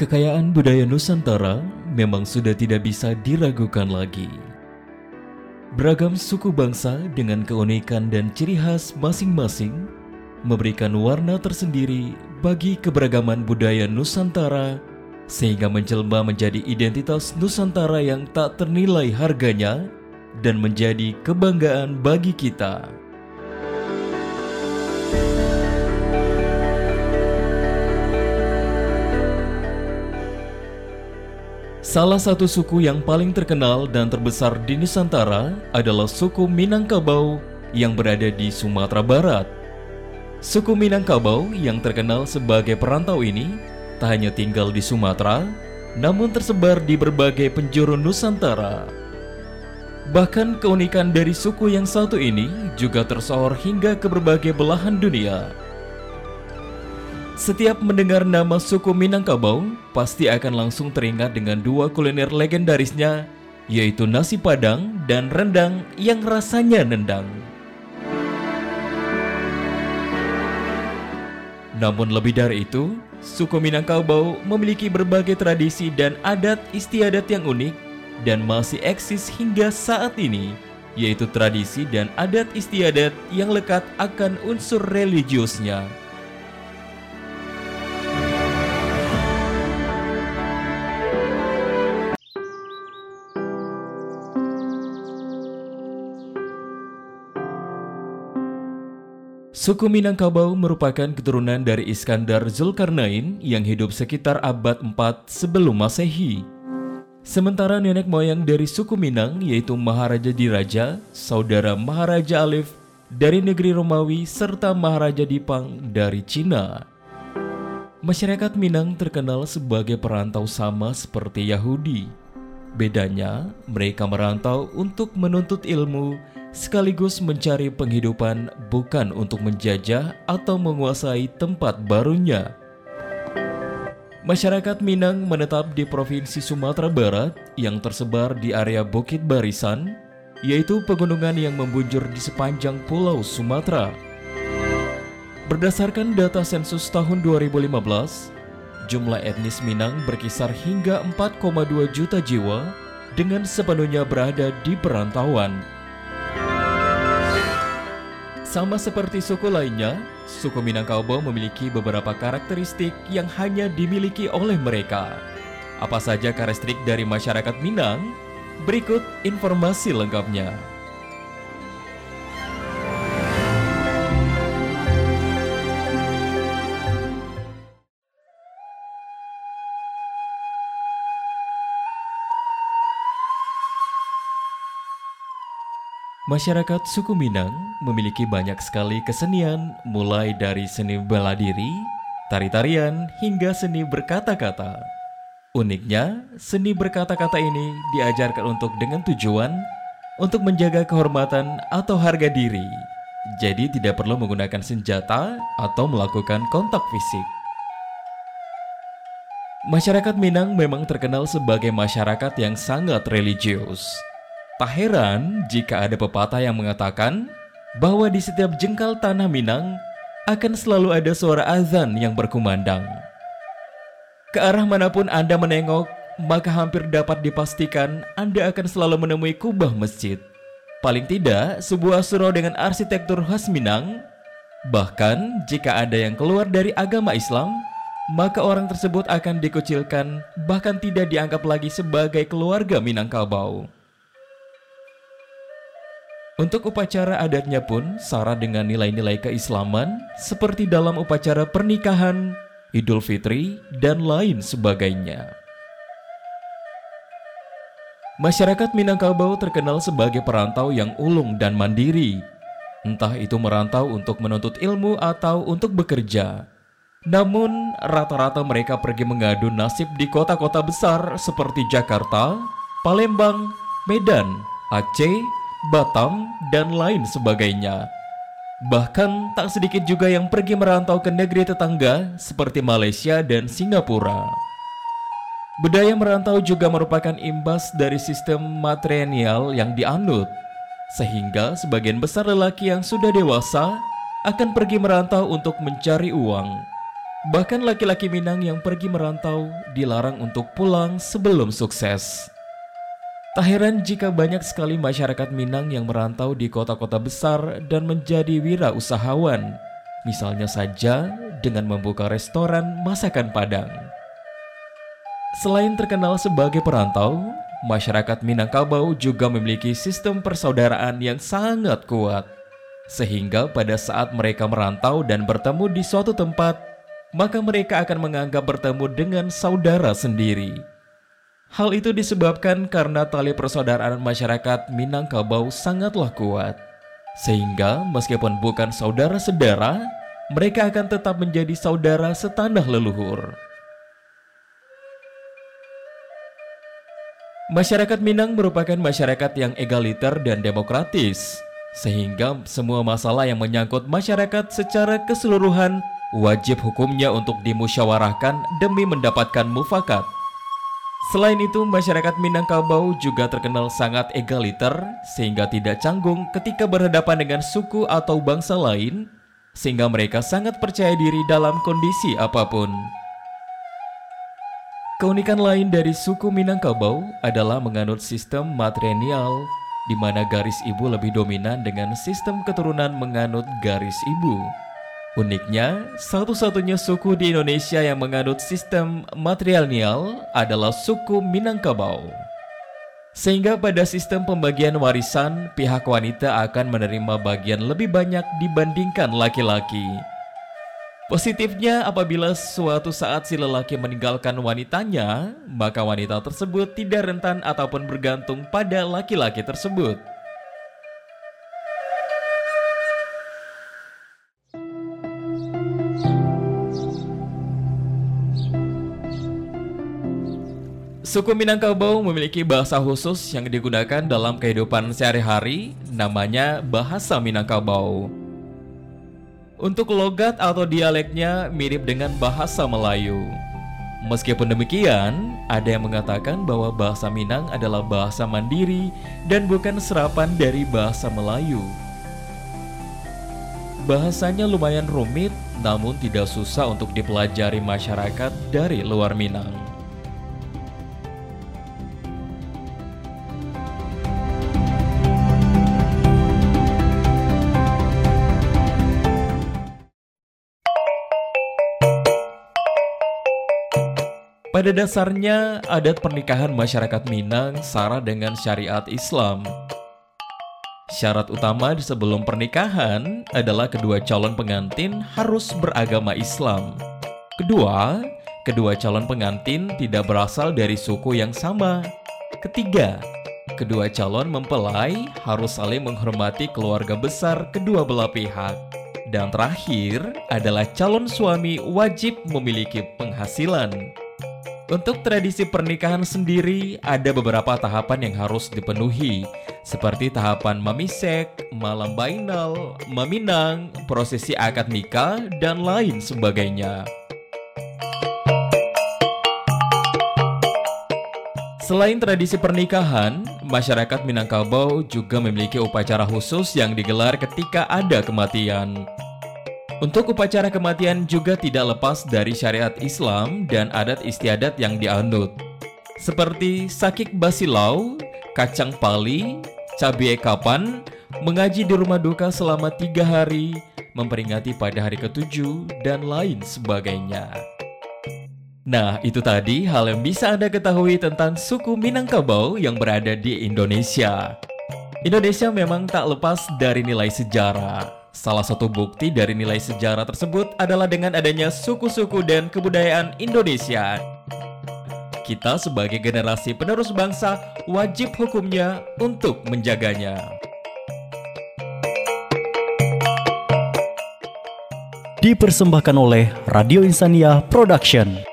Kekayaan budaya Nusantara memang sudah tidak bisa diragukan lagi. Beragam suku bangsa dengan keunikan dan ciri khas masing-masing memberikan warna tersendiri bagi keberagaman budaya Nusantara, sehingga menjelma menjadi identitas Nusantara yang tak ternilai harganya dan menjadi kebanggaan bagi kita. Salah satu suku yang paling terkenal dan terbesar di Nusantara adalah suku Minangkabau yang berada di Sumatera Barat. Suku Minangkabau yang terkenal sebagai perantau ini tak hanya tinggal di Sumatera, namun tersebar di berbagai penjuru Nusantara. Bahkan keunikan dari suku yang satu ini juga tersohor hingga ke berbagai belahan dunia. Setiap mendengar nama suku Minangkabau, pasti akan langsung teringat dengan dua kuliner legendarisnya, yaitu nasi padang dan rendang yang rasanya nendang. Namun lebih dari itu, suku Minangkabau memiliki berbagai tradisi dan adat istiadat yang unik dan masih eksis hingga saat ini, yaitu tradisi dan adat istiadat yang lekat akan unsur religiusnya. Suku Minangkabau merupakan keturunan dari Iskandar Zulkarnain yang hidup sekitar abad 4 sebelum Masehi. Sementara nenek moyang dari suku Minang yaitu Maharaja Diraja, saudara Maharaja Alif dari negeri Romawi serta Maharaja Dipang dari Cina. Masyarakat Minang terkenal sebagai perantau sama seperti Yahudi. Bedanya, mereka merantau untuk menuntut ilmu sekaligus mencari penghidupan, bukan untuk menjajah atau menguasai tempat barunya. Masyarakat Minang menetap di Provinsi Sumatera Barat yang tersebar di area Bukit Barisan, yaitu pegunungan yang membujur di sepanjang Pulau Sumatera. Berdasarkan data sensus tahun 2015, jumlah etnis Minang berkisar hingga 4,2 juta jiwa dengan sepenuhnya berada di perantauan. Sama seperti suku lainnya, suku Minangkabau memiliki beberapa karakteristik yang hanya dimiliki oleh mereka. Apa saja karakteristik dari masyarakat Minang? Berikut informasi lengkapnya. Masyarakat suku Minang memiliki banyak sekali kesenian, mulai dari seni bela diri, tari-tarian, hingga seni berkata-kata. Uniknya, seni berkata-kata ini diajarkan dengan tujuan untuk menjaga kehormatan atau harga diri. Jadi tidak perlu menggunakan senjata atau melakukan kontak fisik. Masyarakat Minang memang terkenal sebagai masyarakat yang sangat religius. Tak heran jika ada pepatah yang mengatakan bahwa di setiap jengkal tanah Minang akan selalu ada suara azan yang berkumandang. Ke arah manapun Anda menengok, maka hampir dapat dipastikan Anda akan selalu menemui kubah masjid. Paling tidak, sebuah surau dengan arsitektur khas Minang. Bahkan, jika ada yang keluar dari agama Islam, maka orang tersebut akan dikucilkan, bahkan tidak dianggap lagi sebagai keluarga Minangkabau. Untuk upacara adatnya pun syarat dengan nilai-nilai keislaman seperti dalam upacara pernikahan, Idul Fitri, dan lain sebagainya. Masyarakat Minangkabau terkenal sebagai perantau yang ulung dan mandiri. Entah itu merantau untuk menuntut ilmu atau untuk bekerja. Namun, rata-rata mereka pergi mengadu nasib di kota-kota besar seperti Jakarta, Palembang, Medan, Aceh, Batam, dan lain sebagainya. Bahkan tak sedikit juga yang pergi merantau ke negeri tetangga seperti Malaysia dan Singapura. Budaya merantau juga merupakan imbas dari sistem matrilineal yang dianut, sehingga sebagian besar lelaki yang sudah dewasa akan pergi merantau untuk mencari uang. Bahkan laki-laki Minang yang pergi merantau dilarang untuk pulang sebelum sukses. Tak heran jika banyak sekali masyarakat Minang yang merantau di kota-kota besar dan menjadi wirausahawan. Misalnya saja dengan membuka restoran masakan Padang. Selain terkenal sebagai perantau, masyarakat Minangkabau juga memiliki sistem persaudaraan yang sangat kuat. Sehingga pada saat mereka merantau dan bertemu di suatu tempat, maka mereka akan menganggap bertemu dengan saudara sendiri. Hal itu disebabkan karena tali persaudaraan masyarakat Minangkabau sangatlah kuat. Sehingga meskipun bukan saudara sedara, mereka akan tetap menjadi saudara setanah leluhur. Masyarakat Minang merupakan masyarakat yang egaliter dan demokratis, sehingga semua masalah yang menyangkut masyarakat secara keseluruhan wajib hukumnya untuk dimusyawarahkan demi mendapatkan mufakat. Selain itu, masyarakat Minangkabau juga terkenal sangat egaliter sehingga tidak canggung ketika berhadapan dengan suku atau bangsa lain, sehingga mereka sangat percaya diri dalam kondisi apapun. Keunikan lain dari suku Minangkabau adalah menganut sistem matrilineal, di mana garis ibu lebih dominan dengan sistem keturunan menganut garis ibu. Uniknya, satu-satunya suku di Indonesia yang menganut sistem matrilineal adalah suku Minangkabau. Sehingga pada sistem pembagian warisan, pihak wanita akan menerima bagian lebih banyak dibandingkan laki-laki. Positifnya, apabila suatu saat si lelaki meninggalkan wanitanya, maka wanita tersebut tidak rentan ataupun bergantung pada laki-laki tersebut. Suku Minangkabau memiliki bahasa khusus yang digunakan dalam kehidupan sehari-hari, namanya bahasa Minangkabau. Untuk logat atau dialeknya mirip dengan bahasa Melayu. Meskipun demikian, ada yang mengatakan bahwa bahasa Minang adalah bahasa mandiri dan bukan serapan dari bahasa Melayu. Bahasanya lumayan rumit, namun tidak susah untuk dipelajari masyarakat dari luar Minang. Pada dasarnya, adat pernikahan masyarakat Minang sara dengan syariat Islam. Syarat utama sebelum pernikahan adalah kedua calon pengantin harus beragama Islam. Kedua calon pengantin tidak berasal dari suku yang sama. Ketiga, kedua calon mempelai harus saling menghormati keluarga besar kedua belah pihak. Dan terakhir adalah calon suami wajib memiliki penghasilan. Untuk tradisi pernikahan sendiri, ada beberapa tahapan yang harus dipenuhi, seperti tahapan mamisek, malam bainal, meminang, prosesi akad nikah, dan lain sebagainya. Selain tradisi pernikahan, masyarakat Minangkabau juga memiliki upacara khusus yang digelar ketika ada kematian. Untuk upacara kematian juga tidak lepas dari syariat Islam dan adat istiadat yang dianut, seperti sakik basilau, kacang pali, cabai kapan, mengaji di rumah duka selama 3 hari, memperingati pada hari ke-7, dan lain sebagainya. Nah, itu tadi hal yang bisa Anda ketahui tentang suku Minangkabau yang berada di Indonesia. Indonesia memang tak lepas dari nilai sejarah. Salah satu bukti dari nilai sejarah tersebut adalah dengan adanya suku-suku dan kebudayaan Indonesia. Kita sebagai generasi penerus bangsa wajib hukumnya untuk menjaganya. Dipersembahkan oleh Radio Insania Production.